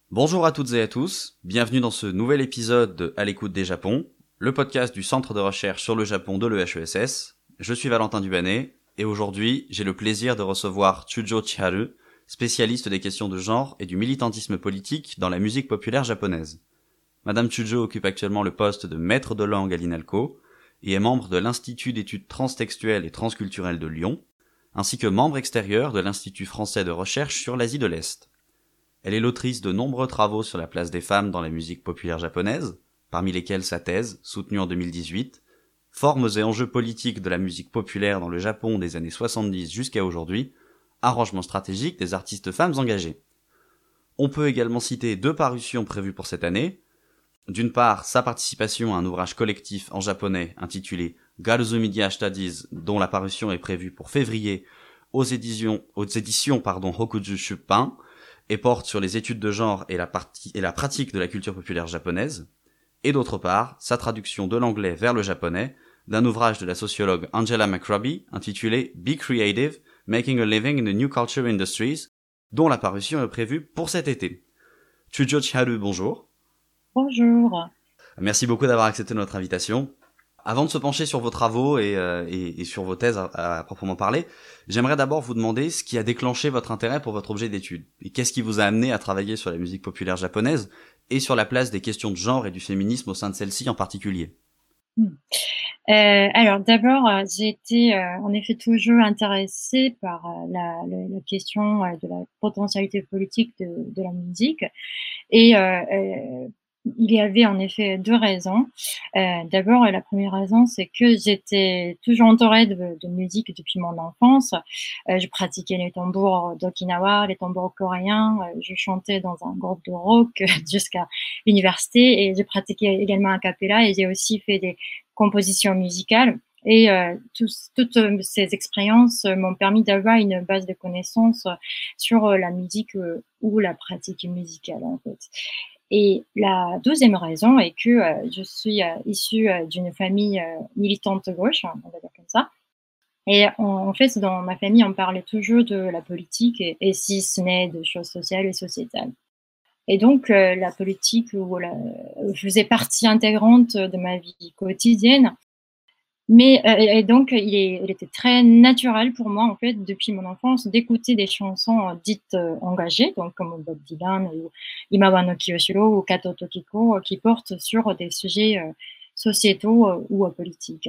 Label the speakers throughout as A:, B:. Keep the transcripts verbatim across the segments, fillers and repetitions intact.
A: Bonjour à toutes et à tous, bienvenue dans ce nouvel épisode de À l'écoute des Japon, le podcast du Centre de recherche sur le Japon de l'E H E S S. Je suis Valentin Dubanet, et aujourd'hui, j'ai le plaisir de recevoir Chujo Chiharu, spécialiste des questions de genre et du militantisme politique dans la musique populaire japonaise. Madame Chujo occupe actuellement le poste de maître de langue à l'INALCO, et est membre de l'Institut d'études transtextuelles et transculturelles de Lyon, ainsi que membre extérieur de l'Institut français de recherche sur l'Asie de l'Est. Elle est l'autrice de nombreux travaux sur la place des femmes dans la musique populaire japonaise, parmi lesquels sa thèse, soutenue en deux mille dix-huit, Formes et enjeux politiques de la musique populaire dans le Japon des années soixante-dix jusqu'à aujourd'hui, arrangement stratégique des artistes femmes engagées. On peut également citer deux parutions prévues pour cette année. D'une part, sa participation à un ouvrage collectif en japonais intitulé Girls Media Studies, dont la parution est prévue pour février aux éditions, aux éditions pardon, Hokuju Shuppan, et porte sur les études de genre et la, partie, et la pratique de la culture populaire japonaise, et d'autre part, sa traduction de l'anglais vers le japonais d'un ouvrage de la sociologue Angela McRobbie intitulé Be Creative, Making a Living in the New Culture Industries, dont la parution est prévue pour cet été. Chujo Chiharu, bonjour.
B: Bonjour.
A: Merci beaucoup d'avoir accepté notre invitation. Avant de se pencher sur vos travaux et, euh, et, et sur vos thèses à, à proprement parler, j'aimerais d'abord vous demander ce qui a déclenché votre intérêt pour votre objet d'étude. Et qu'est-ce qui vous a amené à travailler sur la musique populaire japonaise et sur la place des questions de genre et du féminisme au sein de celle-ci en particulier.
B: Hmm. Euh, alors d'abord, euh, j'ai été euh, en effet toujours intéressée par euh, la, la, la question euh, de la potentialité politique de, de la musique. Et euh, euh, il y avait en effet deux raisons. Euh, d'abord, la première raison, c'est que j'étais toujours entourée de, de musique depuis mon enfance. Euh, je pratiquais les tambours d'Okinawa, les tambours coréens. Euh, je chantais dans un groupe de rock jusqu'à l'université et j'ai pratiqué également a cappella et j'ai aussi fait des compositions musicales. Et euh, tous, toutes ces expériences m'ont permis d'avoir une base de connaissances sur la musique euh, ou la pratique musicale en fait. Et la deuxième raison est que euh, je suis euh, issue euh, d'une famille euh, militante de gauche, on va dire comme ça. Et en, en fait, dans ma famille, on parlait toujours de la politique et, et si ce n'est de choses sociales et sociétales. Et donc, euh, la politique ou la, faisait partie intégrante de ma vie quotidienne. Mais euh, et donc, il, est, il était très naturel pour moi, en fait, depuis mon enfance, d'écouter des chansons euh, dites euh, engagées, donc comme Bob Dylan ou Imawa no Kiyoshiro ou Kato Tokiko, euh, qui portent sur des sujets euh, sociétaux euh, ou euh, politiques.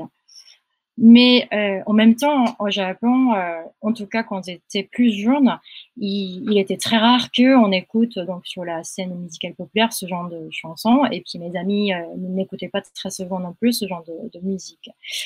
B: Mais euh, en même temps, au Japon, euh, en tout cas quand j'étais plus jeune, il, il était très rare qu'on écoute donc sur la scène musicale populaire ce genre de chansons. Et puis mes amis euh, n'écoutaient pas très souvent non plus ce genre de, de musique.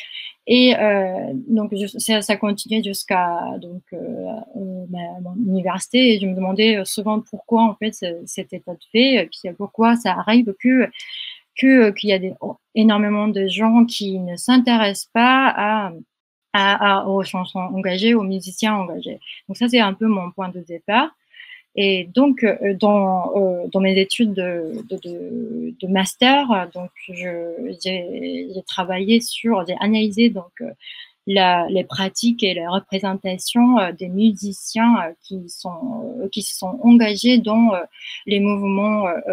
B: Et euh, donc je, ça, ça continuait jusqu'à donc euh, ma, mon université. Et je me demandais souvent pourquoi en fait cet état de fait, et puis pourquoi ça arrive que que qu'il y a des, oh, énormément de gens qui ne s'intéressent pas à, à, à, aux chansons engagées, aux musiciens engagés. Donc ça, c'est un peu mon point de départ. Et donc, euh, dans, euh, dans mes études de, de, de, de master, donc je, j'ai, j'ai travaillé sur, j'ai analysé donc euh, la, les pratiques et les représentations euh, des musiciens euh, qui sont euh, qui se sont engagés dans euh, les mouvements euh,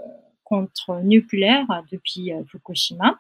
B: contre nucléaire depuis euh, Fukushima.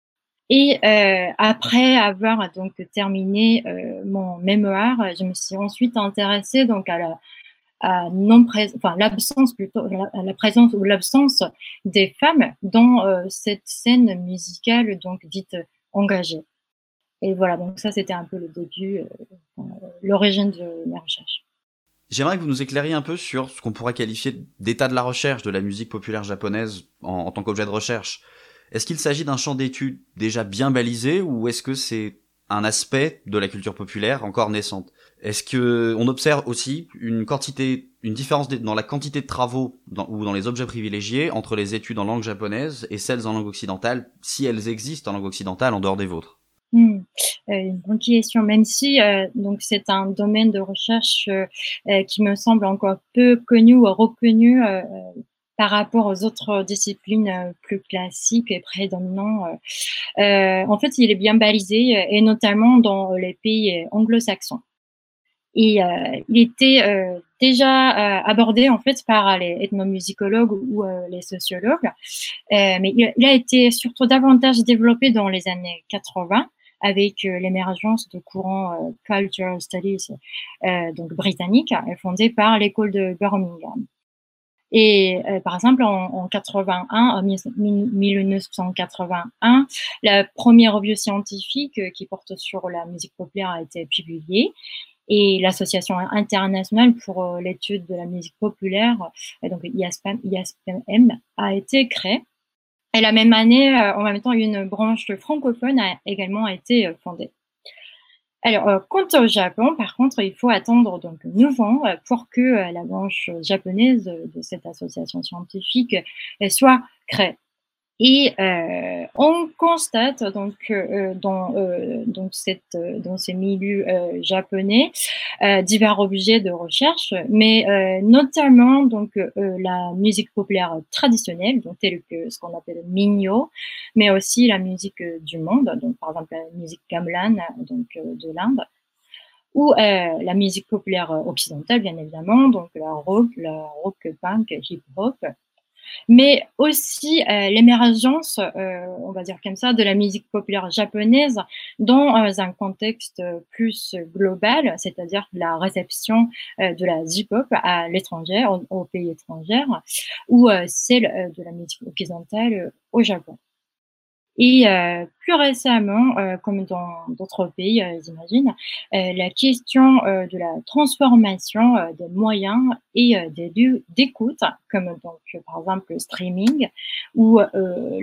B: Et euh, après avoir donc terminé euh, mon mémoire, je me suis ensuite intéressée donc à la à non enfin l'absence plutôt à la présence ou l'absence des femmes dans euh, cette scène musicale donc dite engagée. Et voilà, donc ça c'était un peu le début, euh, l'origine de mes recherches.
A: J'aimerais que vous nous éclairiez un peu sur ce qu'on pourrait qualifier d'état de la recherche de la musique populaire japonaise en, en tant qu'objet de recherche. Est-ce qu'il s'agit d'un champ d'études déjà bien balisé ou est-ce que c'est un aspect de la culture populaire encore naissante? Est-ce que on observe aussi une quantité, une différence dans la quantité de travaux dans, ou dans les objets privilégiés entre les études en langue japonaise et celles en langue occidentale, si elles existent en langue occidentale en dehors des vôtres?
B: Mmh. Euh, une bonne question, même si euh, donc c'est un domaine de recherche euh, euh, qui me semble encore peu connu ou reconnu euh, par rapport aux autres disciplines euh, plus classiques et prédominants. Euh, euh, en fait, il est bien balisé euh, et notamment dans les pays anglo-saxons. Et euh, il était euh, déjà euh, abordé en fait par les ethnomusicologues ou euh, les sociologues, euh, mais il, il a été surtout davantage développé dans les années quatre-vingts avec euh, l'émergence de courants euh, cultural studies euh, donc britanniques fondés par l'école de Birmingham. Et euh, par exemple, en, en quatre-vingt-un, en mille neuf cent quatre-vingt-un, la première revue scientifique euh, qui porte sur la musique populaire a été publiée. Et l'Association internationale pour euh, l'étude de la musique populaire, euh, donc I A S P M, I A S P M, a été créée. Et la même année, euh, en même temps, une branche francophone a également été euh, fondée. Alors, euh, quant au Japon, par contre, il faut attendre donc neuf ans euh, pour que euh, la branche japonaise de cette association scientifique euh, soit créée. Et euh, on constate donc euh, dans euh, donc cette euh, dans ces milieux euh, japonais euh, divers objets de recherche, mais euh, notamment donc euh, la musique populaire traditionnelle, donc telle que ce qu'on appelle le minyo, mais aussi la musique euh, du monde, donc par exemple la musique gamelan donc euh, de l'Inde, ou euh, la musique populaire occidentale bien évidemment, donc la rock, la rock punk, hip hop. Mais aussi euh, l'émergence, euh, on va dire comme ça, de la musique populaire japonaise dans euh, un contexte plus global, c'est-à-dire la réception euh, de la J-pop à l'étranger, au, au pays étrangers, ou euh, celle euh, de la musique occidentale euh, au Japon. Et euh, plus récemment, euh, comme dans d'autres pays, euh, j'imagine, euh, la question euh, de la transformation euh, des moyens et euh, des lieux d'écoute, comme donc euh, par exemple le streaming ou euh,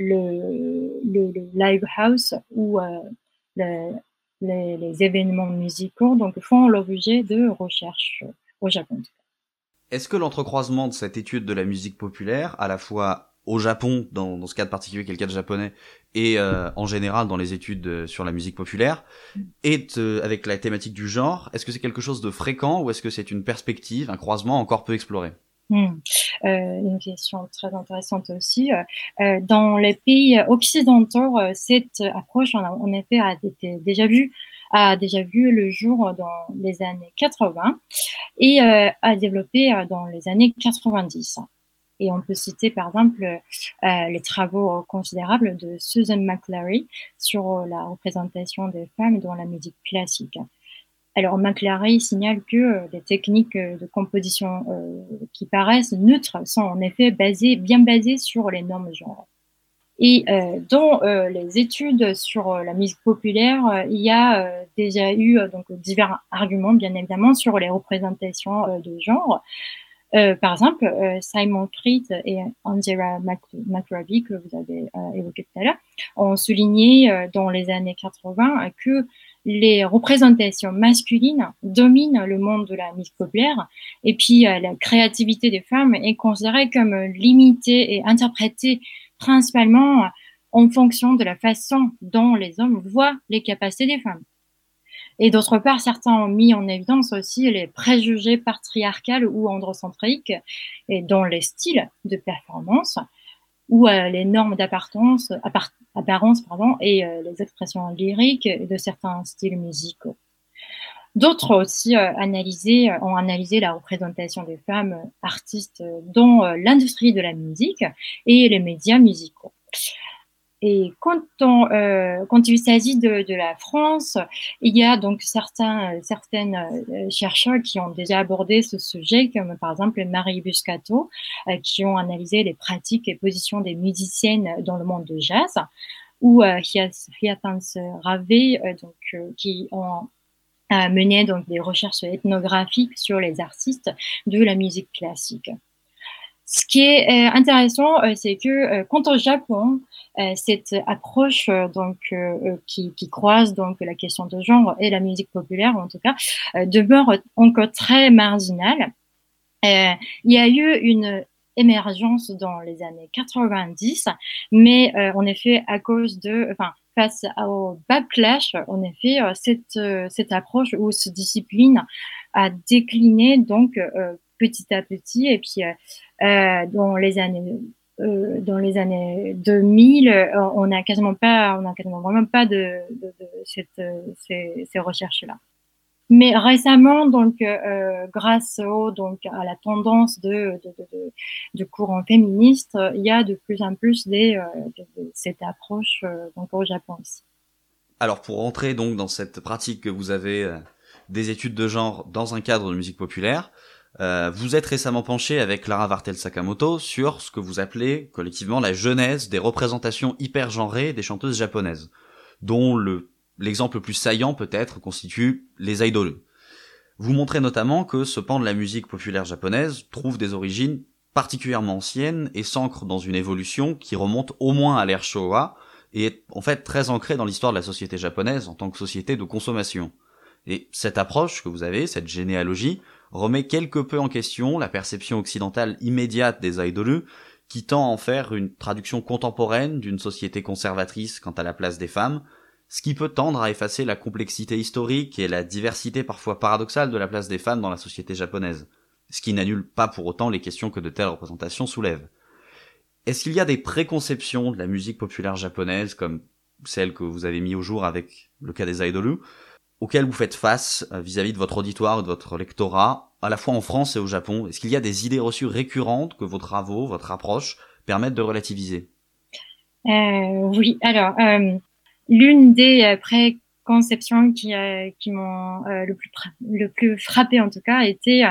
B: le, le, le live house ou euh, le, les, les événements musicaux, donc font l'objet de recherches au Japon.
A: Est-ce que l'entrecroisement de cette étude de la musique populaire, à la fois au Japon, dans, dans ce cas de particulier qui est le cas de japonais, et euh, en général dans les études euh, sur la musique populaire, est euh, avec la thématique du genre, est-ce que c'est quelque chose de fréquent ou est-ce que c'est une perspective, un croisement encore peu exploré?
B: Mmh. Euh, une question très intéressante aussi. Euh, dans les pays occidentaux, euh, cette approche, en, en effet, a été déjà vue, a déjà vu le jour dans les années quatre-vingts et euh, a développé euh, dans les années quatre-vingt-dix. Et on peut citer par exemple euh, les travaux considérables de Susan McClary sur la représentation des femmes dans la musique classique. Alors, McClary signale que euh, les techniques euh, de composition euh, qui paraissent neutres sont en effet basées, bien basées sur les normes genre. Et euh, dans euh, les études sur euh, la musique populaire, euh, il y a euh, déjà eu euh, donc divers arguments, bien évidemment, sur les représentations euh, de genre. Euh, par exemple, euh, Simon Frith et Angela McRobbie, que vous avez euh, évoqué tout à l'heure, ont souligné euh, dans les années quatre-vingts que les représentations masculines dominent le monde de la musique populaire et puis euh, la créativité des femmes est considérée comme limitée et interprétée principalement en fonction de la façon dont les hommes voient les capacités des femmes. Et d'autre part, certains ont mis en évidence aussi les préjugés patriarcales ou androcentriques et dans les styles de performance ou euh, les normes d'appartenance, appart- apparence pardon, et euh, les expressions lyriques de certains styles musicaux. D'autres aussi euh, analysé, ont analysé la représentation des femmes euh, artistes dans euh, l'industrie de la musique et les médias musicaux. Et quand, on, euh, quand il s'agit de, de la France, il y a donc certains, certaines euh, chercheurs qui ont déjà abordé ce sujet, comme par exemple Marie Buscato, euh, qui ont analysé les pratiques et positions des musiciennes dans le monde du jazz, ou euh, Hyacinthe Ravet, euh, donc, euh, qui ont euh, mené donc, des recherches ethnographiques sur les artistes de la musique classique. Ce qui est euh, intéressant, euh, c'est que euh, quant au Japon, euh, cette approche euh, donc euh, qui, qui croise donc la question de genre et la musique populaire en tout cas euh, demeure encore très marginale. Euh, il y a eu une émergence dans les années quatre-vingt-dix, mais euh, en effet à cause de, enfin face au backlash, en effet euh, cette euh, cette approche ou cette discipline a décliné donc euh, petit à petit et puis euh, euh, dans les années euh, dans les années deux mille, euh, on n'a quasiment pas, on n'a quasiment vraiment pas de, de, de cette, euh, ces, ces recherches-là. Mais récemment, donc, euh, grâce au, donc, à la tendance de, de, de, de, de courant féministe, il y a de plus en plus des, euh, de, de cette approche euh, donc, au Japon aussi.
A: Alors pour entrer donc dans cette pratique que vous avez euh, des études de genre dans un cadre de musique populaire, euh, vous êtes récemment penché avec Lara Vartel Sakamoto sur ce que vous appelez collectivement la genèse des représentations hyper genrées des chanteuses japonaises, dont le l'exemple le plus saillant peut-être constitue les idoles. Vous montrez notamment que ce pan de la musique populaire japonaise trouve des origines particulièrement anciennes et s'ancre dans une évolution qui remonte au moins à l'ère Showa et est en fait très ancrée dans l'histoire de la société japonaise en tant que société de consommation. Et cette approche que vous avez, cette généalogie, remet quelque peu en question la perception occidentale immédiate des idoles qui tend à en faire une traduction contemporaine d'une société conservatrice quant à la place des femmes, ce qui peut tendre à effacer la complexité historique et la diversité parfois paradoxale de la place des femmes dans la société japonaise, ce qui n'annule pas pour autant les questions que de telles représentations soulèvent. Est-ce qu'il y a des préconceptions de la musique populaire japonaise, comme celle que vous avez mis au jour avec le cas des idoles, auxquelles vous faites face vis-à-vis de votre auditoire ou de votre lectorat, à la fois en France et au Japon? Est-ce qu'il y a des idées reçues récurrentes que vos travaux, votre approche, permettent de relativiser?
B: Euh, oui, alors, euh, l'une des euh, préconceptions qui, euh, qui m'ont euh, le plus le plus frappé en tout cas était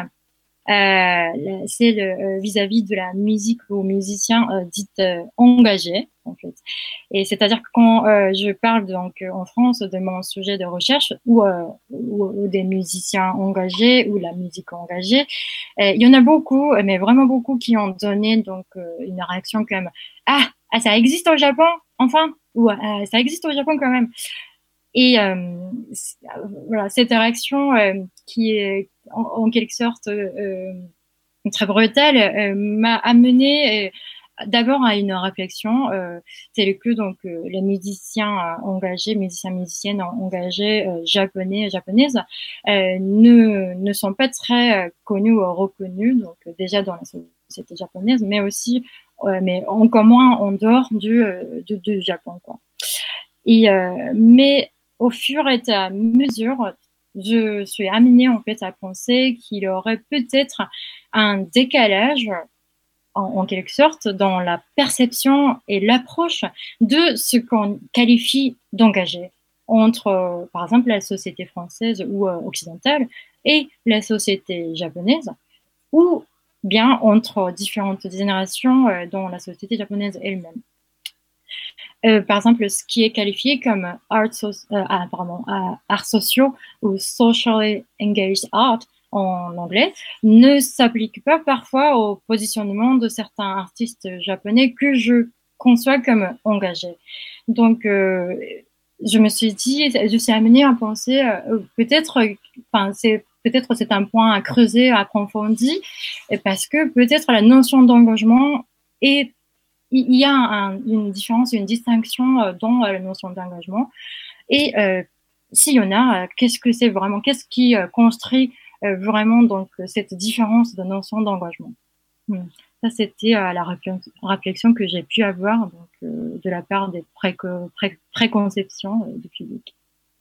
B: euh, c'est le euh, vis-à-vis de la musique aux musiciens euh, dites euh, engagés en fait. Et c'est-à-dire que quand euh, je parle donc en France de mon sujet de recherche ou, euh, ou, ou des musiciens engagés ou la musique engagée, euh, il y en a beaucoup, mais vraiment beaucoup qui ont donné donc euh, une réaction comme ah ah ça existe au Japon enfin ou ah, ça existe au Japon quand même. Et euh, voilà, cette réaction euh, qui est en, en quelque sorte euh, très brutale euh, m'a amené euh, d'abord à une réflexion euh, telle que donc euh, les musiciens euh, engagés, musiciens musiciennes engagés euh, japonais japonaises euh, ne ne sont pas très euh, connus ou reconnus donc euh, déjà dans la société japonaise, mais aussi euh, mais encore moins en dehors du euh, du, du Japon quoi. Et euh, mais au fur et à mesure, je suis amenée en fait à penser qu'il y aurait peut-être un décalage en, en quelque sorte dans la perception et l'approche de ce qu'on qualifie d'engagé entre, euh, par exemple, la société française ou euh, occidentale et la société japonaise, ou bien entre différentes générations euh, dans la société japonaise elle-même. Euh, par exemple, ce qui est qualifié comme art, so euh, ah, pardon, euh, arts sociaux ou socially engaged art en anglais ne s'applique pas parfois au positionnement de certains artistes japonais que je conçois comme engagés. Donc, euh, je me suis dit, je suis amenée à penser euh, peut-être, enfin, c'est peut-être c'est un point à creuser, à approfondir, parce que peut-être la notion d'engagement est il y a un, une différence, une distinction euh, dans euh, la notion d'engagement. Et euh, s'il y en a, euh, qu'est-ce que c'est vraiment, qu'est-ce qui euh, construit euh, vraiment donc cette différence de notion d'engagement. Hmm. Ça, c'était euh, la réflexion que j'ai pu avoir donc, euh, de la part des préco pré préconceptions euh, du public.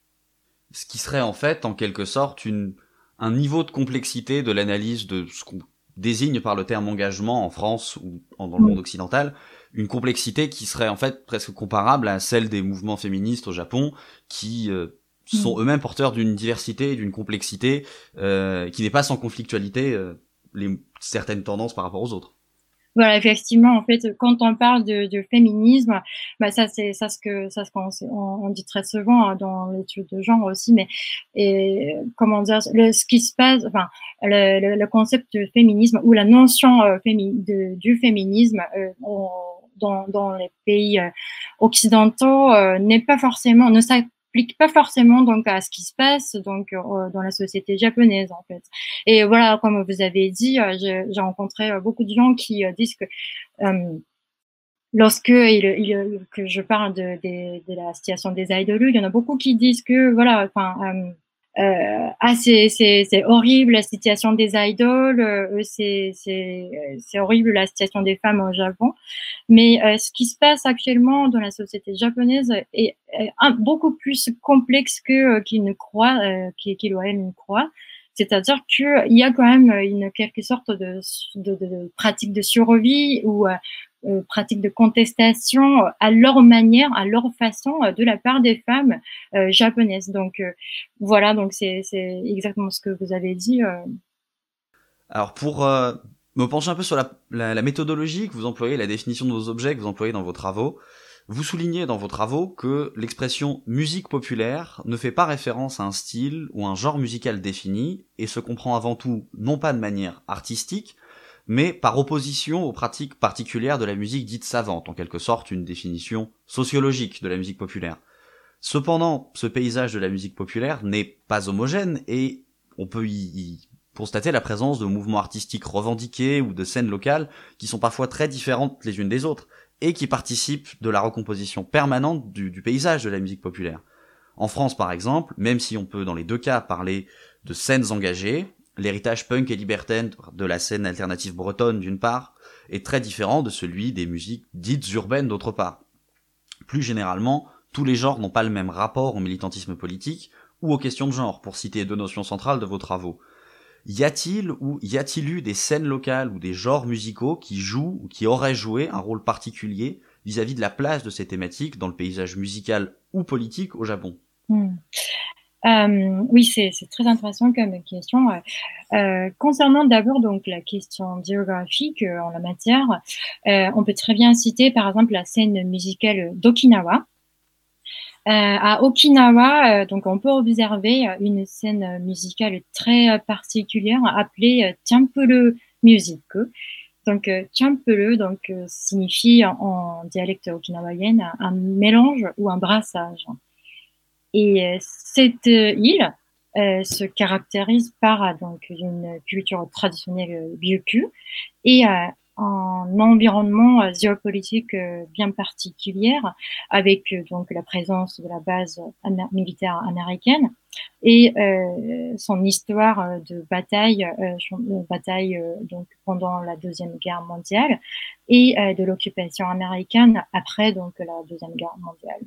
A: Ce qui serait en fait, en quelque sorte, une, un niveau de complexité de l'analyse de ce qu'on désigne par le terme engagement en France ou en, dans le monde occidental, une complexité qui serait en fait presque comparable à celle des mouvements féministes au Japon, qui euh, sont eux-mêmes porteurs d'une diversité, d'une complexité euh, qui n'est pas sans conflictualité euh, les, certaines tendances par rapport aux autres.
B: Voilà, effectivement, en fait, quand on parle de, de féminisme, bah ça c'est ça ce que ça ce qu'on on, on dit très souvent hein, dans l'étude de genre aussi, mais et comment dire, le, ce qui se passe, enfin le, le, le concept de féminisme ou la notion euh, fémi, de, du féminisme euh, on, dans, dans les pays euh, occidentaux euh, n'est pas forcément ne s'applique pas forcément donc à ce qui se passe donc euh, dans la société japonaise en fait. Et voilà, comme vous avez dit, euh, j'ai, j'ai rencontré euh, beaucoup de gens qui euh, disent que euh, lorsque il, il, que je parle de, de, de la situation des idoles, il y en a beaucoup qui disent que voilà, enfin, euh, euh, ah c'est c'est c'est horrible la situation des idoles, euh, c'est c'est c'est horrible la situation des femmes au Japon. Mais euh, ce qui se passe actuellement dans la société japonaise est, est un, beaucoup plus complexe que euh, qu'il ne croit, euh, qu'il qu'il ou elle ne croit. C'est-à-dire qu'il y a quand même une quelque sorte de, de, de, de pratique de survie ou euh, euh, pratique de contestation à leur manière, à leur façon, euh, de la part des femmes euh, japonaises. Donc euh, voilà, donc c'est c'est exactement ce que vous avez dit. Euh.
A: Alors pour euh, me pencher un peu sur la, la, la méthodologie que vous employez, la définition de vos objets que vous employez dans vos travaux, vous soulignez dans vos travaux que l'expression musique populaire ne fait pas référence à un style ou un genre musical défini et se comprend avant tout non pas de manière artistique, mais par opposition aux pratiques particulières de la musique dite savante, en quelque sorte une définition sociologique de la musique populaire. Cependant, ce paysage de la musique populaire n'est pas homogène et on peut y, y constater la présence de mouvements artistiques revendiqués ou de scènes locales qui sont parfois très différentes les unes des autres et qui participent de la recomposition permanente du, du paysage de la musique populaire. En France par exemple, même si on peut dans les deux cas parler de scènes engagées, l'héritage punk et libertaine de la scène alternative bretonne d'une part est très différent de celui des musiques dites urbaines d'autre part. Plus généralement, tous les genres n'ont pas le même rapport au militantisme politique ou aux questions de genre, pour citer deux notions centrales de vos travaux. Y a-t-il ou y a-t-il eu des scènes locales ou des genres musicaux qui jouent ou qui auraient joué un rôle particulier vis-à-vis de la place de ces thématiques dans le paysage musical ou politique au Japon ?
B: Hmm. Euh, oui, c'est c'est très intéressant comme question. Euh, concernant d'abord donc la question géographique euh, en la matière, euh, on peut très bien citer par exemple la scène musicale d'Okinawa. Euh, à Okinawa, euh, donc on peut observer une scène musicale très particulière appelée euh, Tiampuru Music. Donc euh, Tiampuru donc euh, signifie en, en dialecte okinawaien un, un mélange ou un brassage. Et euh, cette euh, île euh, se caractérise par euh, donc une culture traditionnelle ryukyu et euh, un environnement euh, géopolitique euh, bien particulier avec euh, donc la présence de la base amer- militaire américaine et euh, son histoire euh, de bataille, euh, de bataille euh, donc pendant la deuxième guerre mondiale et euh, de l'occupation américaine après donc la deuxième guerre mondiale.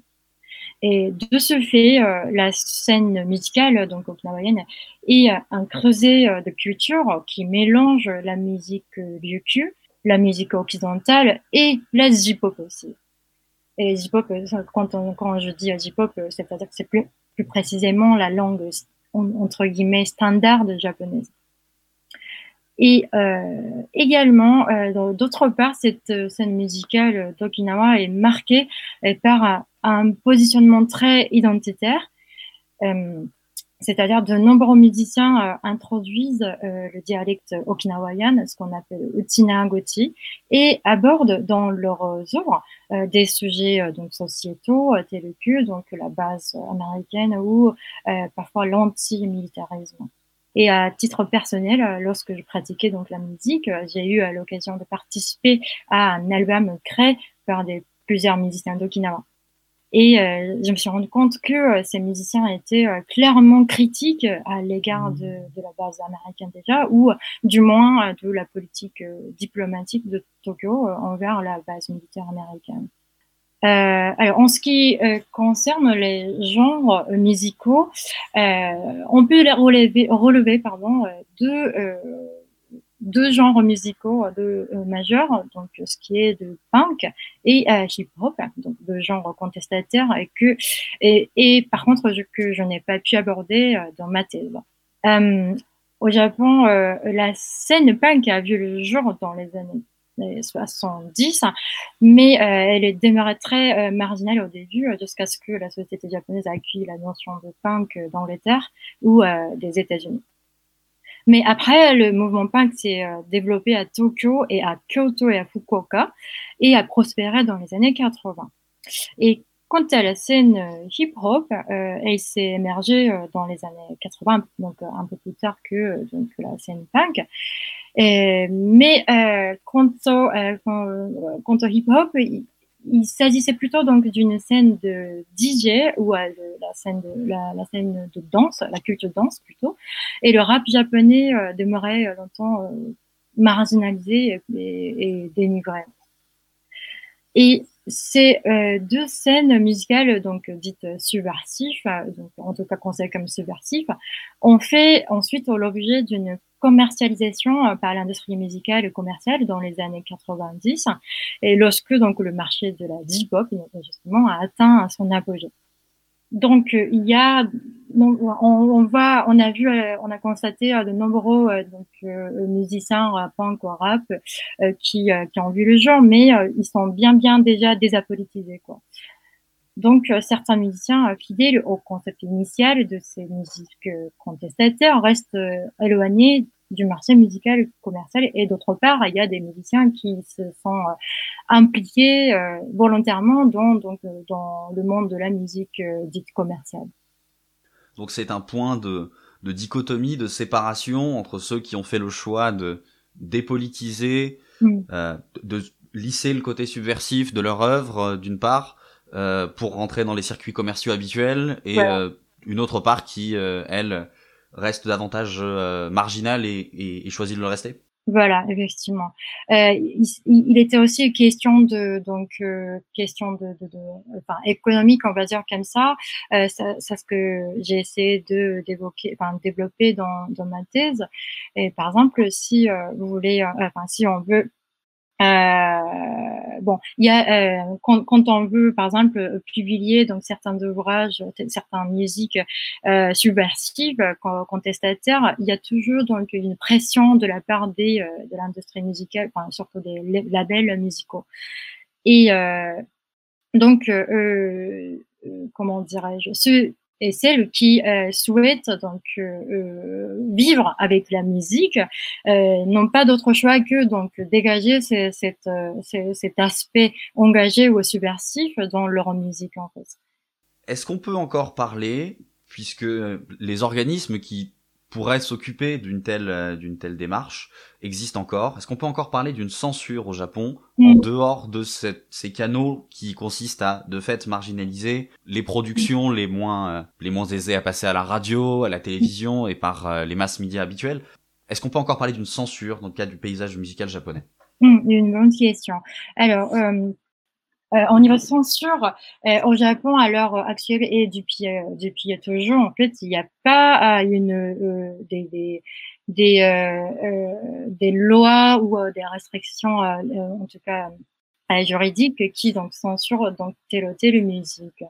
B: Et de ce fait, euh, la scène musicale, donc okinawaïenne, est euh, un creuset euh, de culture qui mélange la musique euh, ryukyu, la musique occidentale et la J-pop aussi. Et J-pop, euh, quand, on, quand je dis J-pop, euh, c'est-à-dire que c'est plus, plus précisément la langue entre guillemets standard japonaise. Et euh, également, euh, d'autre part, cette euh, scène musicale d'Okinawa est marquée euh, par un, un positionnement très identitaire, euh, c'est-à-dire de nombreux musiciens euh, introduisent euh, le dialecte okinawaïen, ce qu'on appelle Utsina-goti, et abordent dans leurs œuvres euh, des sujets euh, donc sociétaux euh, tels que donc la base américaine ou euh, parfois l'antimilitarisme. Et à titre personnel, lorsque je pratiquais donc la musique, j'ai eu l'occasion de participer à un album créé par des, plusieurs musiciens d'Okinawa. Et euh, je me suis rendu compte que euh, ces musiciens étaient euh, clairement critiques à l'égard de, de la base américaine déjà, ou euh, du moins euh, de la politique euh, diplomatique de Tokyo euh, envers la base militaire américaine. Euh, alors, en ce qui euh, concerne les genres euh, musicaux, euh, on peut les relever, relever pardon, euh, deux, euh, deux genres musicaux euh, de, euh, majeurs, donc ce qui est de punk et euh, hip-hop, donc deux genres contestataires et que et, et par contre je, que je n'ai pas pu aborder euh, dans ma thèse. Euh, au Japon, euh, la scène punk a vu le jour dans les années soixante-dix, mais euh, elle est demeurée très euh, marginale au début, euh, jusqu'à ce que la société japonaise accueille la notion de punk euh, dans les terres ou euh, des États-Unis. Mais après, le mouvement punk s'est euh, développé à Tokyo et à Kyoto et à Fukuoka et a prospéré dans les années quatre-vingts. Et quant à la scène euh, hip-hop, euh, elle s'est émergée euh, dans les années quatre-vingts, donc euh, un peu plus tard que euh, donc, la scène punk. Et, mais euh, quant, au, euh, quant, quant au hip-hop, il, il s'agissait plutôt donc d'une scène de D J ou euh, de la scène de la, la scène de danse, la culture danse plutôt. Et le rap japonais euh, demeurait euh, longtemps euh, marginalisé et, et dénigré. Et ces euh, deux scènes musicales, donc dites subversives, euh, donc en tout cas considérées comme subversives, ont fait ensuite l'objet d'une commercialisation euh, par l'industrie musicale et commerciale dans les années quatre-vingt-dix, et lorsque donc le marché de la J-pop justement a atteint son apogée. Donc euh, il y a, on, on va, on a vu, euh, on a constaté euh, de nombreux euh, donc euh, musiciens euh, punk ou rap euh, qui euh, qui ont vu le jour, mais euh, ils sont bien bien déjà désapolitisés quoi. Donc euh, certains musiciens euh, fidèles au concept initial de ces musiques euh, contestataires restent euh, éloignés du marché musical commercial, et d'autre part il y a des musiciens qui se sont euh, impliqués euh, volontairement dans donc euh, dans le monde de la musique euh, dite commerciale.
A: Donc c'est un point de, de dichotomie, de séparation entre ceux qui ont fait le choix de dépolitiser,
B: Mm.
A: euh, de lisser le côté subversif de leur œuvre, euh, d'une part, euh, pour rentrer dans les circuits commerciaux habituels, et
B: Voilà.
A: euh, une autre part qui, euh, elle, reste davantage euh, marginale et, et, et choisit de le rester.
B: Voilà, effectivement. Euh, il, il était aussi question de donc euh, question de, de, de enfin économique, on va dire comme ça. Euh, ça, ça ce que j'ai essayé de d'évoquer, enfin de développer dans dans ma thèse. Et par exemple, si euh, vous voulez, euh, enfin si on veut Euh, bon, il y a euh, quand, quand on veut, par exemple, publier donc certains ouvrages, certaines musiques euh, subversives, contestataires, il y a toujours donc une pression de la part des euh, de l'industrie musicale, enfin surtout des labels musicaux. Et euh, donc, euh, euh, comment dirais-je, ceux et celles qui euh, souhaitent donc euh, euh, vivre avec la musique euh, n'ont pas d'autre choix que donc dégager ces, cette, euh, ces, cet aspect engagé ou subversif dans leur musique en fait.
A: Est-ce qu'on peut encore parler, puisque les organismes qui pourraient s'occuper d'une telle, euh, d'une telle démarche existent encore, est-ce qu'on peut encore parler d'une censure au Japon en
B: Mm.
A: dehors de cette, ces canaux qui consistent à, de fait, marginaliser les productions les moins, euh, les moins aisées à passer à la radio, à la télévision et par euh, les masses médias habituels? Est-ce qu'on peut encore parler d'une censure dans le cadre du paysage musical japonais?
B: Mm, une bonne question. Alors, euh, Euh, au niveau de censure, euh, au Japon, à l'heure actuelle et depuis, euh, depuis toujours, en fait, il n'y a pas euh, une, euh, des, des, des, euh, euh, des lois ou euh, des restrictions, euh, euh, en tout cas euh, juridiques, qui donc censurent donc telle ou telle musique.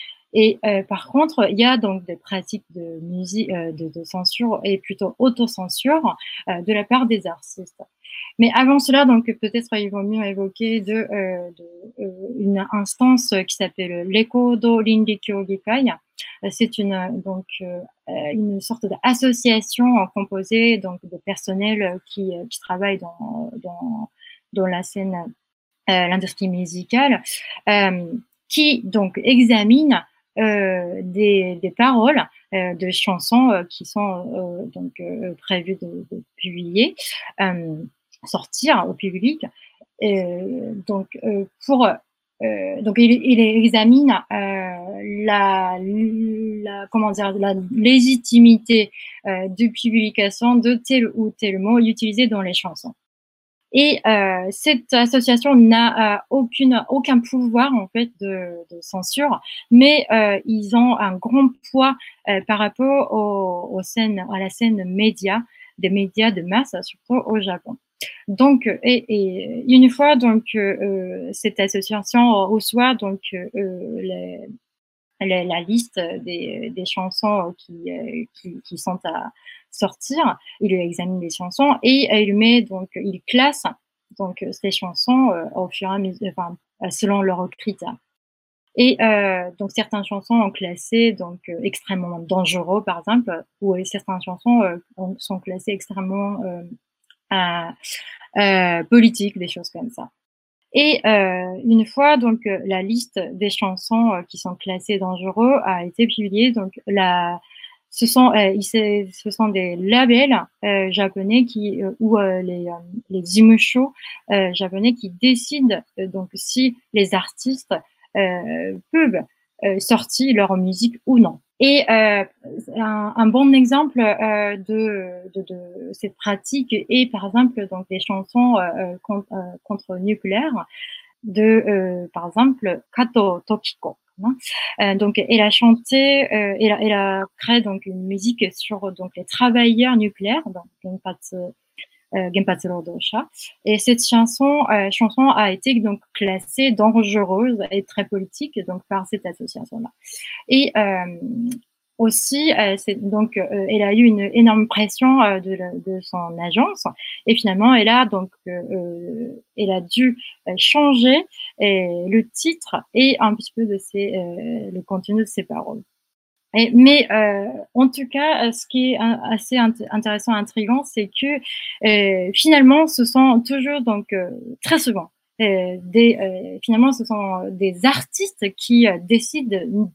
B: Et euh, par contre, il y a donc des pratiques de musique, euh, de, de censure et plutôt autocensure euh, de la part des artistes. Mais avant cela, donc peut-être il vaut mieux évoquer de, euh, de euh, une instance qui s'appelle l'Ekodo Rinrikyo Gikai. C'est une donc euh, une sorte d'association composée donc de personnel qui qui travaille dans dans dans la scène, euh, l'industrie musicale, euh, qui donc examine euh, des, des paroles euh, de chansons euh, qui sont euh, donc euh, prévues de, de publier, euh, sortir au public. Euh, donc euh, pour euh, donc il, il examine euh, la, la comment dire la légitimité euh, de publication de tel ou tel mot utilisé dans les chansons. Et euh, cette association n'a euh, aucune, aucun pouvoir en fait de, de censure, mais euh, ils ont un grand poids euh, par rapport aux, aux scènes, à la scène média, des médias de masse, surtout au Japon. Donc, et, et une fois donc euh, cette association reçoit donc euh, les, la, la liste des, des chansons qui, qui, qui sont à sortir. Il examine les chansons et il met donc, il classe donc ces chansons euh, au fur et à mesure, enfin, selon leurs critères. Et euh, donc certaines chansons ont classé donc euh, extrêmement dangereux par exemple, ou certaines chansons euh, sont classées extrêmement euh, euh, euh, politiques, des choses comme ça. Et euh, une fois donc euh, la liste des chansons euh, qui sont classées dangereux a été publiée, donc la ce sont, euh, ce sont des labels euh, japonais qui, euh, ou euh, les, euh, les zimusho euh, japonais qui décident euh, donc si les artistes euh, peuvent euh, sortir leur musique ou non. Et euh, un, un bon exemple euh, de, de, de cette pratique est par exemple donc des chansons euh, contre, euh, contre nucléaire de euh, par exemple Kato Tokiko. Euh, donc, elle a chanté, euh, elle, a, elle a créé donc une musique sur donc les travailleurs nucléaires, donc Genpatsu, euh, Genpatsu Rodosha. Et cette chanson, euh, chanson a été donc classée dangereuse et très politique donc par cette association-là. Et euh, aussi, euh, c'est, donc, euh, elle a eu une énorme pression euh, de, de son agence et finalement, elle a donc, euh, elle a dû euh, changer euh, le titre et un petit peu de ses, euh, le contenu de ses paroles. Et, mais euh, en tout cas, ce qui est assez int- intéressant, intriguant, c'est que euh, finalement, ce sont toujours donc euh, très souvent euh, des euh, finalement, ce sont des artistes qui euh, décident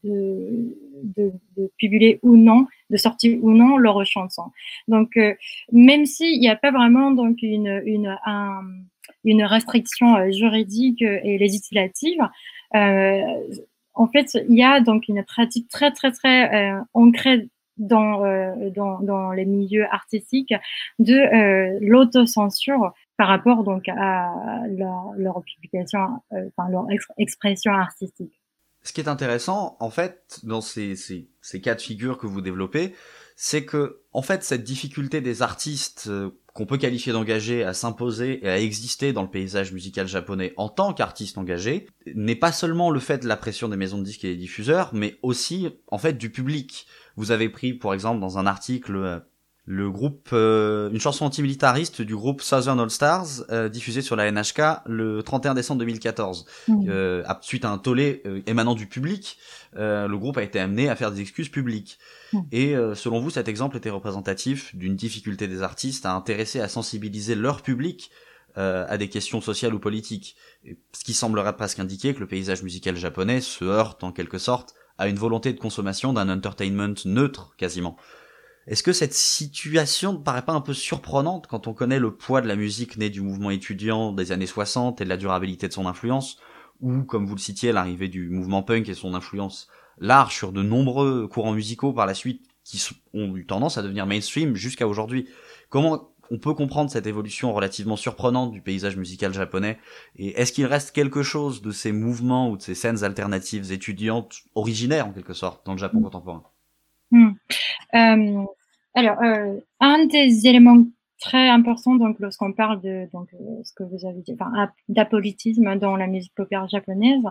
B: de, de, de publier ou non, de sortir ou non leurs chansons. Donc, euh, même s'il n'y a pas vraiment donc une une un, une restriction euh, juridique et législative. Euh, En fait, il y a donc une pratique très, très, très euh, ancrée dans, euh, dans, dans les milieux artistiques de euh, l'autocensure par rapport donc à leur, leur publication, euh, enfin leur ex- expression artistique.
A: Ce qui est intéressant, en fait, dans ces, ces, ces cas de figure que vous développez, c'est que, en fait, cette difficulté des artistes euh, qu'on peut qualifier d'engagés à s'imposer et à exister dans le paysage musical japonais en tant qu'artistes engagés, n'est pas seulement le fait de la pression des maisons de disques et des diffuseurs, mais aussi, en fait, du public. Vous avez pris, pour exemple, dans un article, euh, le groupe, euh, une chanson antimilitariste du groupe Southern All Stars, euh, diffusée sur la N H K le trente et un décembre deux mille quatorze. Mmh. Euh, suite à un tollé euh, émanant du public, euh, le groupe a été amené à faire des excuses publiques. Mmh. Et euh, selon vous, cet exemple était représentatif d'une difficulté des artistes à intéresser, à sensibiliser leur public euh, à des questions sociales ou politiques. Et ce qui semblerait presque indiquer que le paysage musical japonais se heurte en quelque sorte à une volonté de consommation d'un entertainment neutre quasiment. Est-ce que cette situation ne paraît pas un peu surprenante quand on connaît le poids de la musique née du mouvement étudiant des années soixante et de la durabilité de son influence, ou, comme vous le citiez, l'arrivée du mouvement punk et son influence large sur de nombreux courants musicaux par la suite qui ont eu tendance à devenir mainstream jusqu'à aujourd'hui? Comment on peut comprendre cette évolution relativement surprenante du paysage musical japonais, et est-ce qu'il reste quelque chose de ces mouvements ou de ces scènes alternatives étudiantes originaires en quelque sorte dans le Japon contemporain?
B: Mmh. Euh, alors, euh, un des éléments très importants, donc, lorsqu'on parle de donc, euh, ce que vous avez dit, enfin, d'apolitisme dans la musique populaire japonaise,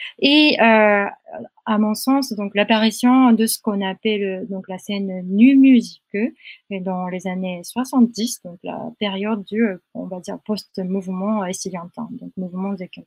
B: et euh, à mon sens, donc, l'apparition de ce qu'on appelle donc la scène nu musique dans les années soixante-dix, donc la période du, on va dire, post-mouvement estudiantin, donc mouvement Zekkaido.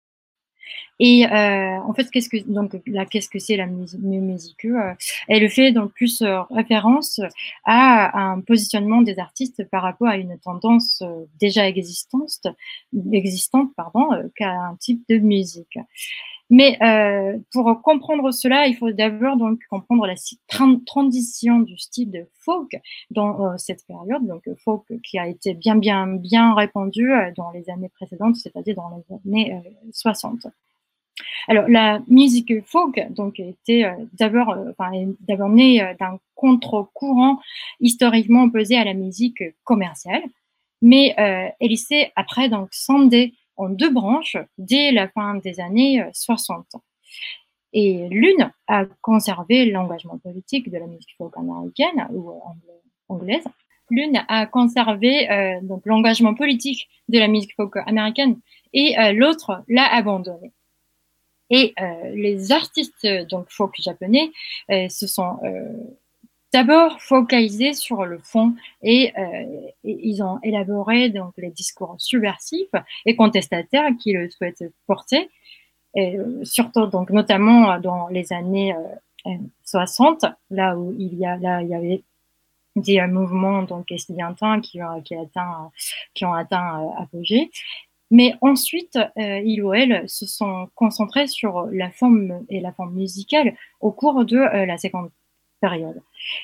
B: Et euh, en fait, qu'est-ce que donc là, qu'est-ce que c'est la musique euh, Elle fait donc plus euh, référence à, à un positionnement des artistes par rapport à une tendance euh, déjà existante, existante pardon, euh, qu'à un type de musique. Mais euh, pour comprendre cela, il faut d'abord donc comprendre la transition du style de folk dans euh, cette période, donc folk qui a été bien bien bien répandu euh, dans les années précédentes, c'est-à-dire dans les années euh, soixante. Alors, la musique folk, donc, était euh, d'abord, euh, enfin, d'abord née euh, d'un contre-courant historiquement opposé à la musique commerciale, mais euh, elle s'est après donc scindée en deux branches dès la fin des années euh, soixante. Et l'une a conservé l'engagement politique de la musique folk américaine ou anglaise. L'une a conservé euh, donc l'engagement politique de la musique folk américaine et euh, l'autre l'a abandonné. Et euh, les artistes donc folk japonais euh, se sont euh, d'abord focalisés sur le fond et, euh, et ils ont élaboré donc les discours subversifs et contestataires qu'ils souhaitent porter, et, euh, surtout donc notamment dans les années euh, soixante, là où il y a là il y avait des mouvements donc estudiantins qui ont qui atteint qui ont atteint euh, apogée. Mais ensuite, euh, il ou elle se sont concentrés sur la forme et la forme musicale au cours de euh, la seconde période.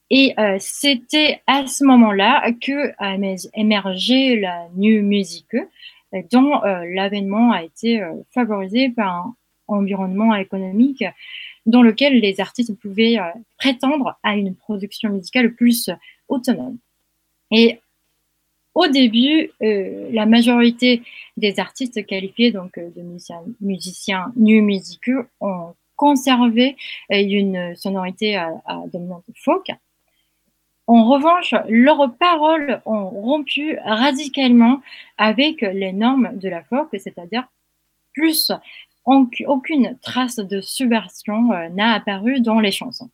B: Et euh, c'était à ce moment-là que a émergé la new music, euh, dont euh, l'avènement a été euh, favorisé par un environnement économique dans lequel les artistes pouvaient euh, prétendre à une production musicale plus autonome. Et au début, euh, la majorité des artistes qualifiés donc de musiciens, musiciens new musicaux ont conservé euh, une sonorité à, à dominante folk. En revanche, leurs paroles ont rompu radicalement avec les normes de la folk, c'est-à-dire plus aucune trace de subversion euh, n'a apparu dans les chansons.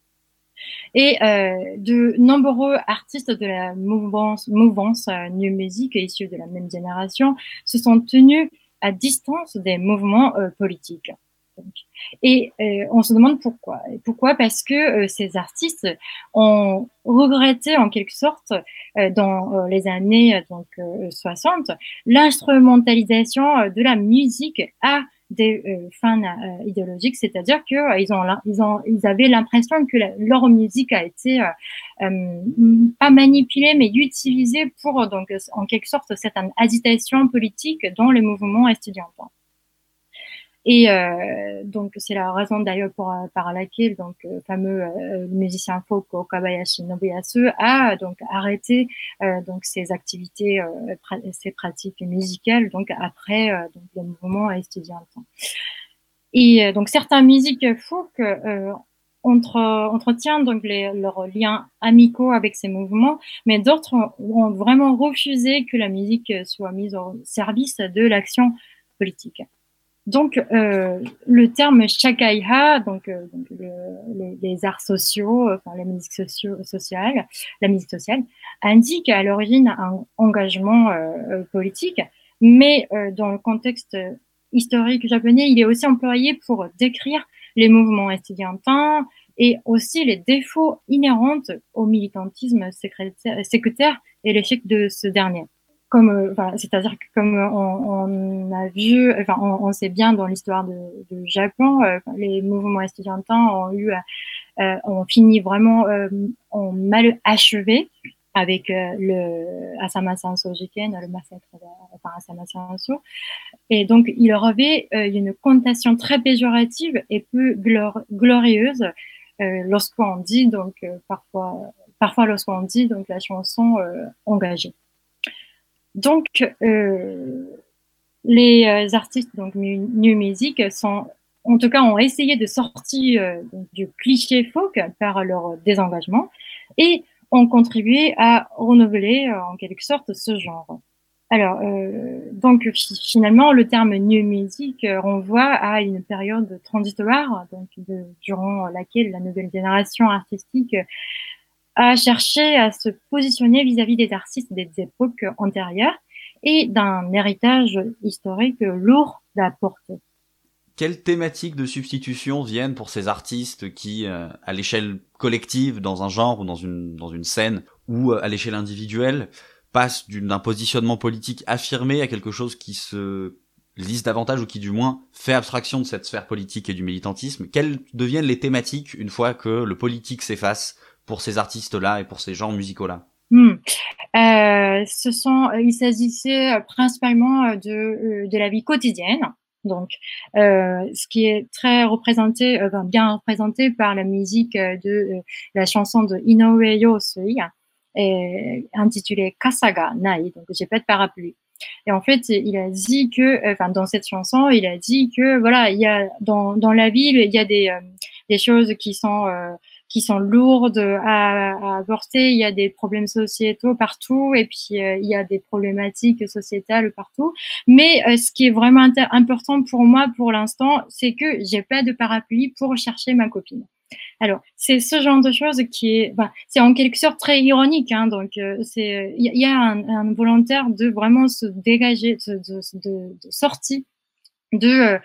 B: Et euh, de nombreux artistes de la mouvance, mouvance euh, new music issus de la même génération se sont tenus à distance des mouvements euh, politiques. Donc, et euh, on se demande pourquoi. Et pourquoi Parce que euh, ces artistes ont regretté en quelque sorte euh, dans euh, les années donc euh, soixante l'instrumentalisation euh, de la musique à des euh, fins euh, idéologiques, c'est-à-dire que euh, ils ont ils ont ils avaient l'impression que la, leur musique a été euh, euh, pas manipulée mais utilisée pour donc en quelque sorte certaines agitations politiques dans les mouvements étudiants. Et euh, donc c'est la raison d'ailleurs pour, par laquelle donc le fameux euh, musicien folk Kobayashi Nobuyasu a donc arrêté euh, donc ses activités, euh, pra- ses pratiques musicales donc après euh, donc le mouvement étudiant. Et euh, donc certains musiques folk euh, entre, entretiennent donc les, leurs liens amicaux avec ces mouvements, mais d'autres ont, ont vraiment refusé que la musique soit mise au service de l'action politique. Donc, euh, le terme shakaiha, donc, euh, donc le, les, les arts sociaux, enfin la musique socio sociale, la musique sociale, indique à l'origine un engagement euh, politique, mais euh, dans le contexte historique japonais, il est aussi employé pour décrire les mouvements estudiantins et aussi les défauts inhérents au militantisme sécutaire et l'échec de ce dernier. Comme, euh, enfin, c'est-à-dire que comme on, on a vu, enfin, on, on sait bien dans l'histoire de, de Japon, euh, les mouvements estudiantins ont eu, euh, ont fini vraiment, euh, ont mal achevé avec euh, le Asahi Sanso Jiken, le massacre de, enfin, Asahi Sanso. Et donc, il leur avait euh, une connotation très péjorative et peu glor glorieuse euh, lorsqu'on dit donc euh, parfois, parfois lorsqu'on dit donc la chanson euh, engagée. Donc, euh, les euh, artistes donc new music sont, en tout cas, ont essayé de sortir euh, donc, du cliché folk par leur désengagement et ont contribué à renouveler euh, en quelque sorte ce genre. Alors, euh, donc finalement, le terme new music euh, renvoie à une période transitoire, donc de, durant laquelle la nouvelle génération artistique a cherché à se positionner vis-à-vis des artistes des époques antérieures et d'un héritage historique lourd à porter.
A: Quelles thématiques de substitution viennent pour ces artistes qui, euh, à l'échelle collective, dans un genre ou dans une, dans une scène, ou euh, à l'échelle individuelle, passent d'un positionnement politique affirmé à quelque chose qui se lise davantage ou qui du moins fait abstraction de cette sphère politique et du militantisme? Quelles deviennent les thématiques une fois que le politique s'efface pour ces artistes-là et pour ces genres musicaux-là?
B: Hmm. Euh, ce sont, il s'agissait principalement de, de la vie quotidienne. Donc, euh, ce qui est très représenté, euh, bien représenté par la musique de euh, la chanson de Inoue Yosui, euh, intitulée Kasaga Nai, donc j'ai pas de parapluie. Et en fait, il a dit que, enfin, dans cette chanson, il a dit que, voilà, il y a dans dans la ville, il y a des euh, des choses qui sont euh, qui sont lourdes à, à aborder. Il y a des problèmes sociétaux partout et puis euh, il y a des problématiques sociétales partout. Mais euh, ce qui est vraiment important pour moi pour l'instant, c'est que j'ai pas de parapluie pour chercher ma copine. Alors, c'est ce genre de choses qui est, ben, c'est en quelque sorte très ironique. Hein, donc, euh, c'est, il y, y, a un, un volontaire de vraiment se dégager, de, de, de, de sortie de,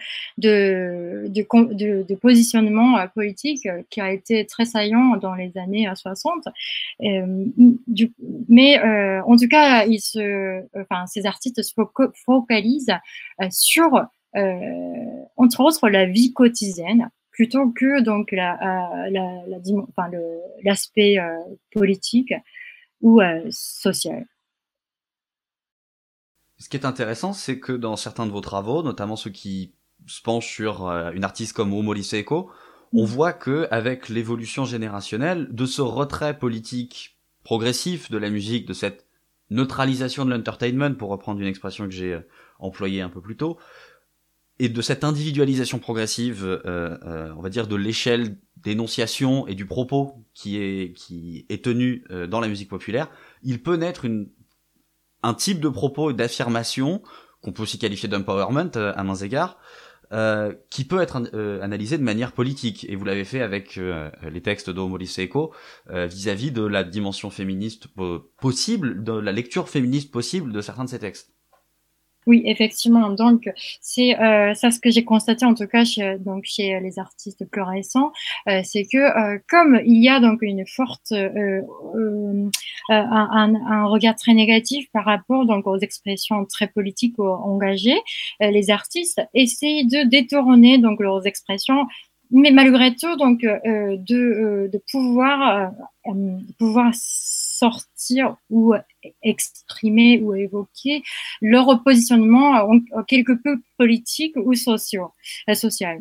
B: de, de, de, de positionnement euh, politique euh, qui a été très saillant dans les années euh, soixante. Euh, du, mais euh, en tout cas, ils se, enfin, ces artistes se focalisent euh, sur, euh, entre autres, la vie quotidienne. plutôt que donc la, euh, la, la enfin, le, l'aspect euh, politique ou euh, social.
A: Ce qui est intéressant, c'est que dans certains de vos travaux, notamment ceux qui se penchent sur euh, une artiste comme Omori Seiko, on voit que avec l'évolution générationnelle, de ce retrait politique progressif de la musique, de cette neutralisation de l'entertainment, pour reprendre une expression que j'ai euh, employée un peu plus tôt, et de cette individualisation progressive, euh, euh, on va dire de l'échelle d'énonciation et du propos qui est qui est tenu euh, dans la musique populaire, il peut naître une un type de propos et d'affirmation qu'on peut aussi qualifier d'empowerment euh, à mains égards, euh, qui peut être euh, analysé de manière politique. Et vous l'avez fait avec euh, les textes d'Omori Seiko euh, vis-à-vis de la dimension féministe euh, possible, de la lecture féministe possible de certains de ces textes.
B: Oui, effectivement. Donc, c'est euh, ça ce que j'ai constaté en tout cas chez, donc chez les artistes plus récents, euh, c'est que euh, comme il y a donc une forte euh, euh, un, un regard très négatif par rapport donc aux expressions très politiques ou engagées, euh, les artistes essayent de détourner donc leurs expressions, mais malgré tout donc euh, de euh, de pouvoir euh, pouvoir sortir ou exprimer ou évoquer leur positionnement euh, quelque peu politique ou sociaux, euh, social.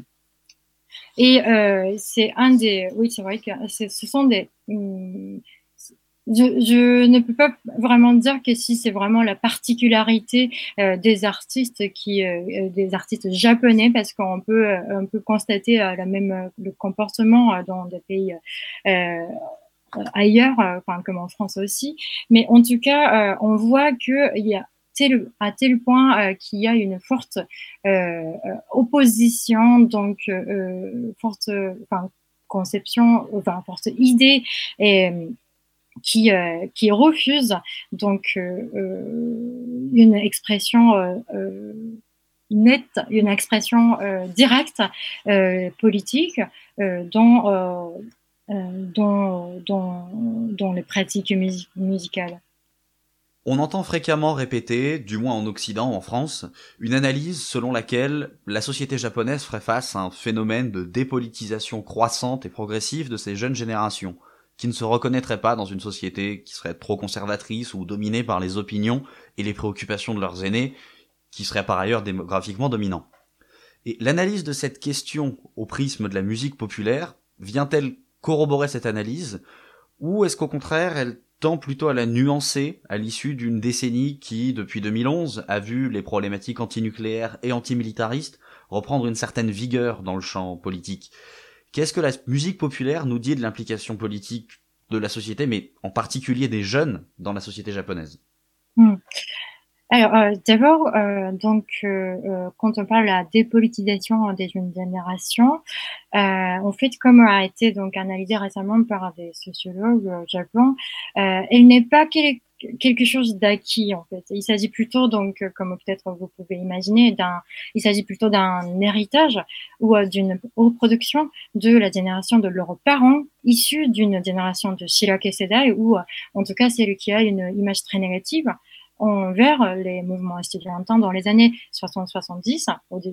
B: Et euh, c'est un des, oui, c'est vrai que ce sont des, hum, je, je ne peux pas vraiment dire que si c'est vraiment la particularité euh, des artistes qui, euh, des artistes japonais, parce qu'on peut, euh, on peut constater euh, la même le comportement euh, dans des pays euh, ailleurs, euh, enfin comme en France aussi. Mais en tout cas, euh, on voit que il y a tel, à tel point euh, qu'il y a une forte euh, opposition, donc euh, forte, enfin conception, enfin forte idée et qui euh, qui refuse donc euh, une expression euh, euh, nette, une expression euh, directe euh, politique euh, dans, euh, euh, dans, dans, dans les pratiques mus- musicales.
A: On entend fréquemment répéter, du moins en Occident, en France, une analyse selon laquelle la société japonaise ferait face à un phénomène de dépolitisation croissante et progressive de ces jeunes générations, qui ne se reconnaîtraient pas dans une société qui serait trop conservatrice ou dominée par les opinions et les préoccupations de leurs aînés, qui seraient par ailleurs démographiquement dominants. Et l'analyse de cette question au prisme de la musique populaire vient-elle corroborer cette analyse, ou est-ce qu'au contraire elle tend plutôt à la nuancer à l'issue d'une décennie qui, depuis deux mille onze, a vu les problématiques antinucléaires et antimilitaristes reprendre une certaine vigueur dans le champ politique? Qu'est-ce que la musique populaire nous dit de l'implication politique de la société, mais en particulier des jeunes dans la société japonaise?
B: Hmm. Alors, euh, d'abord, euh, donc, euh, euh, quand on parle de la dépolitisation des jeunes générations, euh, en fait, comme a été donc analysé récemment par des sociologues au Japon, euh, elle n'est pas quel- quelque chose d'acquis en fait. Il s'agit plutôt donc, comme peut-être vous pouvez imaginer, d'un, il s'agit plutôt d'un héritage ou euh, d'une reproduction de la génération de leurs parents, issus d'une génération de Shirake Sedai, ou euh, en tout cas celle qui a une image très négative envers les mouvements estudiantins dans les années soixante soixante-dix.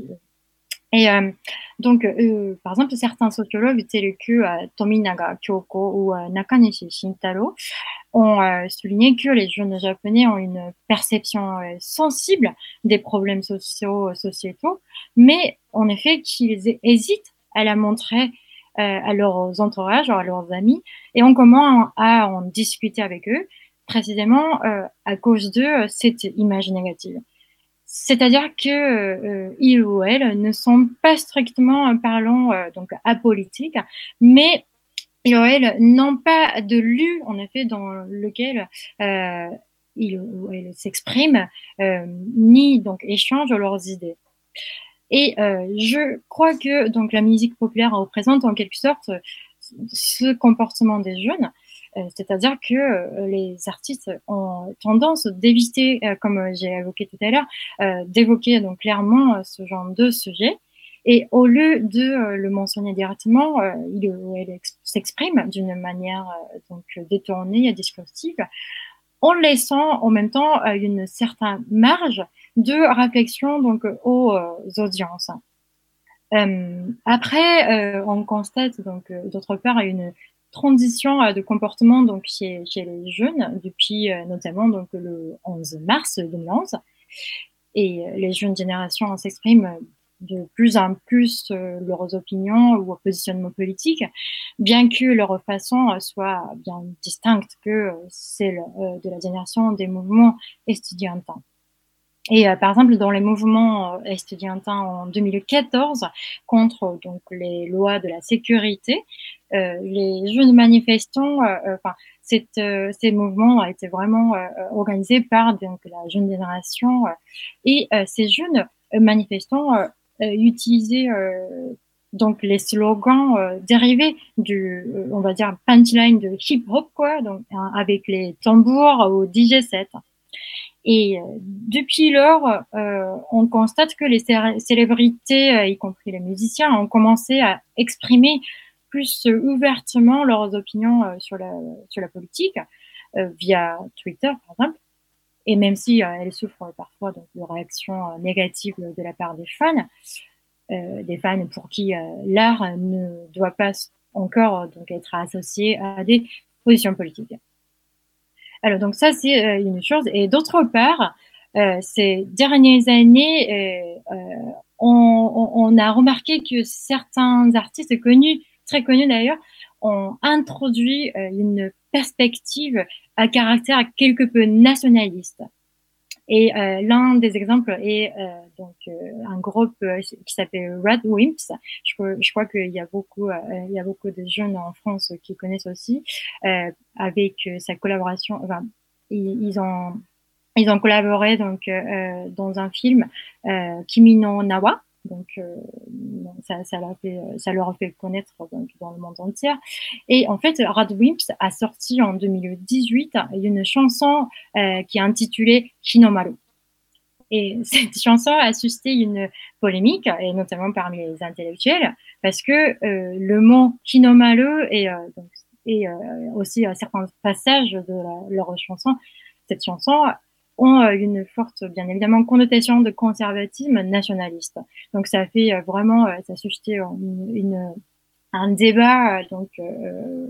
B: Et euh, donc, euh, par exemple, certains sociologues tels que euh, Tominaga Kyoko ou euh, Nakanishi Shintaro ont euh, souligné que les jeunes japonais ont une perception euh, sensible des problèmes sociaux, sociétaux, mais en effet qu'ils hésitent à la montrer euh, à leurs entourages, à leurs amis, et on commence à en discuter avec eux, précisément euh, à cause de euh, cette image négative. C'est-à-dire que euh, ils ou elles ne sont pas strictement parlant euh, donc apolitiques, mais ils ou elles n'ont pas de lieu en effet dans lequel euh, ils ou elles s'expriment euh, ni donc échangent leurs idées. Et euh, je crois que donc la musique populaire représente en quelque sorte ce comportement des jeunes, euh, c'est-à-dire que euh, les artistes ont tendance d'éviter, euh, comme j'ai évoqué tout à l'heure, euh, d'évoquer donc clairement euh, ce genre de sujet. Et au lieu de euh, le mentionner directement, euh, il ou elle s'exprime d'une manière euh, donc détournée et discursive, en laissant en même temps euh, une certaine marge de réflexion donc aux, aux audiences. Euh, après, euh, on constate donc euh, d'autre part une transition euh, de comportement donc chez, chez les jeunes depuis euh, notamment donc le onze mars deux mille onze. Et euh, les jeunes générations s'expriment de plus en plus euh, leurs opinions ou leur positionnement politique, bien que leur façon euh, soit bien distincte que euh, celle euh, de la génération des mouvements estudiantins. Et euh, par exemple, dans les mouvements euh, estudiantins en deux mille quatorze, contre donc les lois de la sécurité, euh, les jeunes manifestants, euh, euh, enfin, cette, euh, ces mouvements ont été vraiment euh, organisés par donc la jeune génération euh, et euh, ces jeunes manifestants euh, euh, utilisaient euh, donc les slogans euh, dérivés du, euh, on va dire, punchline de hip-hop, quoi, donc hein, avec les tambours au D J set. Et euh, depuis lors, euh, on constate que les célébrités, euh, y compris les musiciens, ont commencé à exprimer plus euh, ouvertement leurs opinions euh, sur, la, sur la politique euh, via Twitter, par exemple. Et même si euh, elles souffrent parfois donc, de réactions euh, négatives de la part des fans, euh, des fans pour qui euh, l'art ne doit pas encore donc, être associé à des positions politiques. Alors, donc ça, c'est euh, une chose. Et d'autre part, euh, ces dernières années, euh, euh, on, on, a remarqué que certains artistes connus, très connus d'ailleurs, ont introduit euh, une perspective à caractère quelque peu nationaliste. Et euh, l'un des exemples est euh, donc euh, un groupe euh, qui s'appelle Red Wimps. Je, je crois qu'il y a beaucoup, euh, il y a beaucoup de jeunes en France qui connaissent aussi, euh, avec euh, sa collaboration. Enfin, ils, ils ont ils ont collaboré donc euh, dans un film euh, Kimi no Nawa. Donc euh, ça, ça, leur fait, ça leur a fait connaître donc, dans le monde entier. Et en fait, Radwimps a sorti en deux mille dix-huit une chanson euh, qui est intitulée Hinomaru. Et cette chanson a suscité une polémique, et notamment parmi les intellectuels, parce que euh, le mot Hinomaru et, euh, donc, et euh, aussi euh, certains passages de la, leur chanson, cette chanson, ont euh, une forte, bien évidemment, connotation de conservatisme nationaliste. Donc ça fait euh, vraiment, euh, ça a suscité une, une, un débat, donc euh,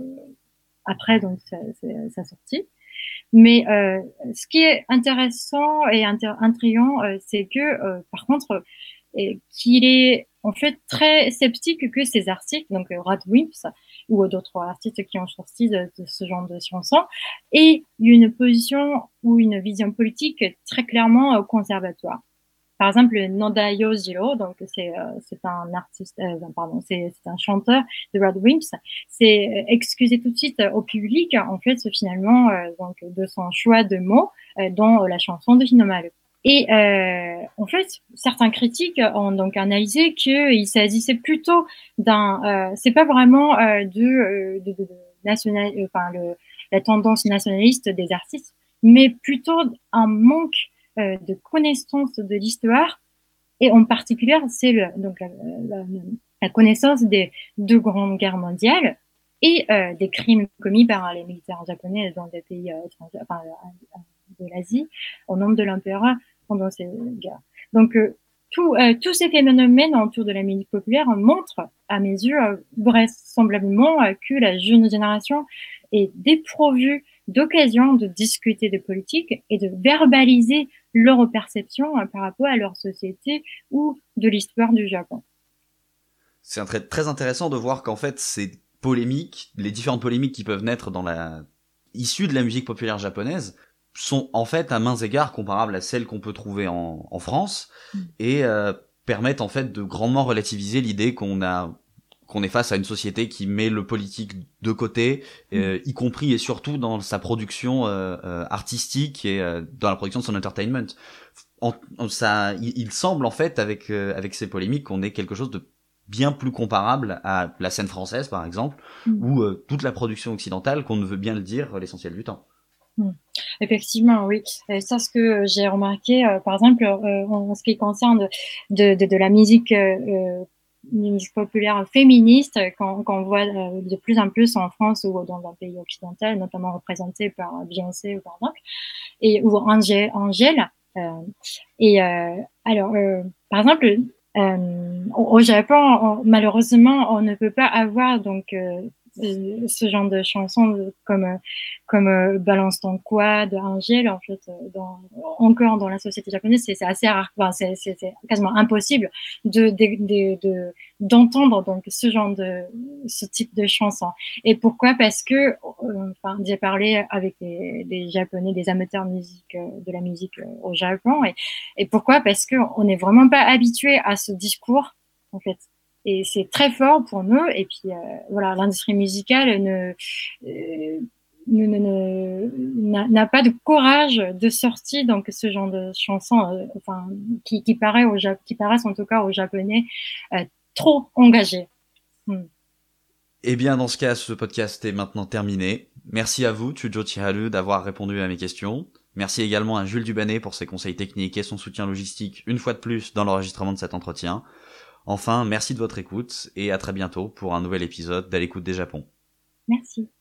B: après donc sa, sa sortie. Mais euh, ce qui est intéressant et intriguant, euh, c'est que, euh, par contre, euh, qu'il est en fait très sceptique que ces artistes, donc euh, Radwimps ou d'autres artistes qui ont sorti de, de ce genre de chansons, aient une position ou une vision politique très clairement euh, conservatoire. Par exemple, Nanda Yojiro, donc c'est euh, c'est un artiste, euh, pardon, c'est c'est un chanteur de Red Wimps. C'est euh, excusé tout de suite au public, en fait, finalement, euh, donc de son choix de mots euh, dans la chanson de Hinomaru. Et euh, en fait, certains critiques ont donc analysé qu'il s'agissait plutôt d'un, euh, c'est pas vraiment euh, de, euh, de, de, de national, enfin le, la tendance nationaliste des artistes, mais plutôt un manque euh, de connaissance de l'histoire, et en particulier, c'est le, donc la, la, la connaissance des deux grandes guerres mondiales et euh, des crimes commis par les militaires japonais dans des pays euh, étrangers, enfin, de l'Asie, au nom de l'empereur pendant ces guerres. Donc, euh, tout, euh, tous ces phénomènes autour de la musique populaire montrent, à mes yeux, euh, vraisemblablement euh, que la jeune génération est dépourvue d'occasion de discuter de politique et de verbaliser leur perception euh, par rapport à leur société ou de l'histoire du Japon.
A: C'est un trait très intéressant de voir qu'en fait, ces polémiques, les différentes polémiques qui peuvent naître dans la issue de la musique populaire japonaise, sont en fait à mains égards comparables à celles qu'on peut trouver en, en France mmh. et euh, permettent en fait de grandement relativiser l'idée qu'on a qu'on est face à une société qui met le politique de côté, euh, mmh. y compris et surtout dans sa production euh, euh, artistique et euh, dans la production de son entertainment. En, en, ça, il, il semble en fait avec euh, avec ces polémiques qu'on ait quelque chose de bien plus comparable à la scène française par exemple, mmh. ou euh, toute la production occidentale qu'on ne veut bien le dire l'essentiel du temps.
B: Mmh. Effectivement, oui. Et ça, ce que j'ai remarqué, euh, par exemple, euh, en ce qui concerne de, de, de la musique, euh, musique populaire féministe, qu'on qu'on voit euh, de plus en plus en France ou dans un pays occidental, notamment représenté par Beyoncé, par exemple, et ou Angèle. Angèle euh, et euh, alors, euh, par exemple, euh, au Japon, on, malheureusement, on ne peut pas avoir donc euh, ce genre de chansons comme comme euh, Balance ton quad, Angèle. En fait, dans, encore dans la société japonaise, c'est assez rare, enfin, c'est c'est quasiment impossible de, de, de, de d'entendre donc ce genre de ce type de chansons. Et pourquoi? Parce que euh, enfin, j'ai parlé avec des, des Japonais, des amateurs de musique, de la musique au Japon, et, et pourquoi? Parce que on n'est vraiment pas habitué à ce discours en fait. Et c'est très fort pour nous. Et puis, euh, voilà, l'industrie musicale ne, euh, ne, ne, ne, n'a pas de courage de sortir donc ce genre de chansons, euh, enfin, qui, qui, paraît au, qui paraissent en tout cas aux Japonais euh, trop engagées. Hmm.
A: Eh bien, dans ce cas, ce podcast est maintenant terminé. Merci à vous, Chujo Chiharu, d'avoir répondu à mes questions. Merci également à Jules Dubanet pour ses conseils techniques et son soutien logistique, une fois de plus, dans l'enregistrement de cet entretien. Enfin, merci de votre écoute et à très bientôt pour un nouvel épisode d'À l'écoute des Japon.
B: Merci.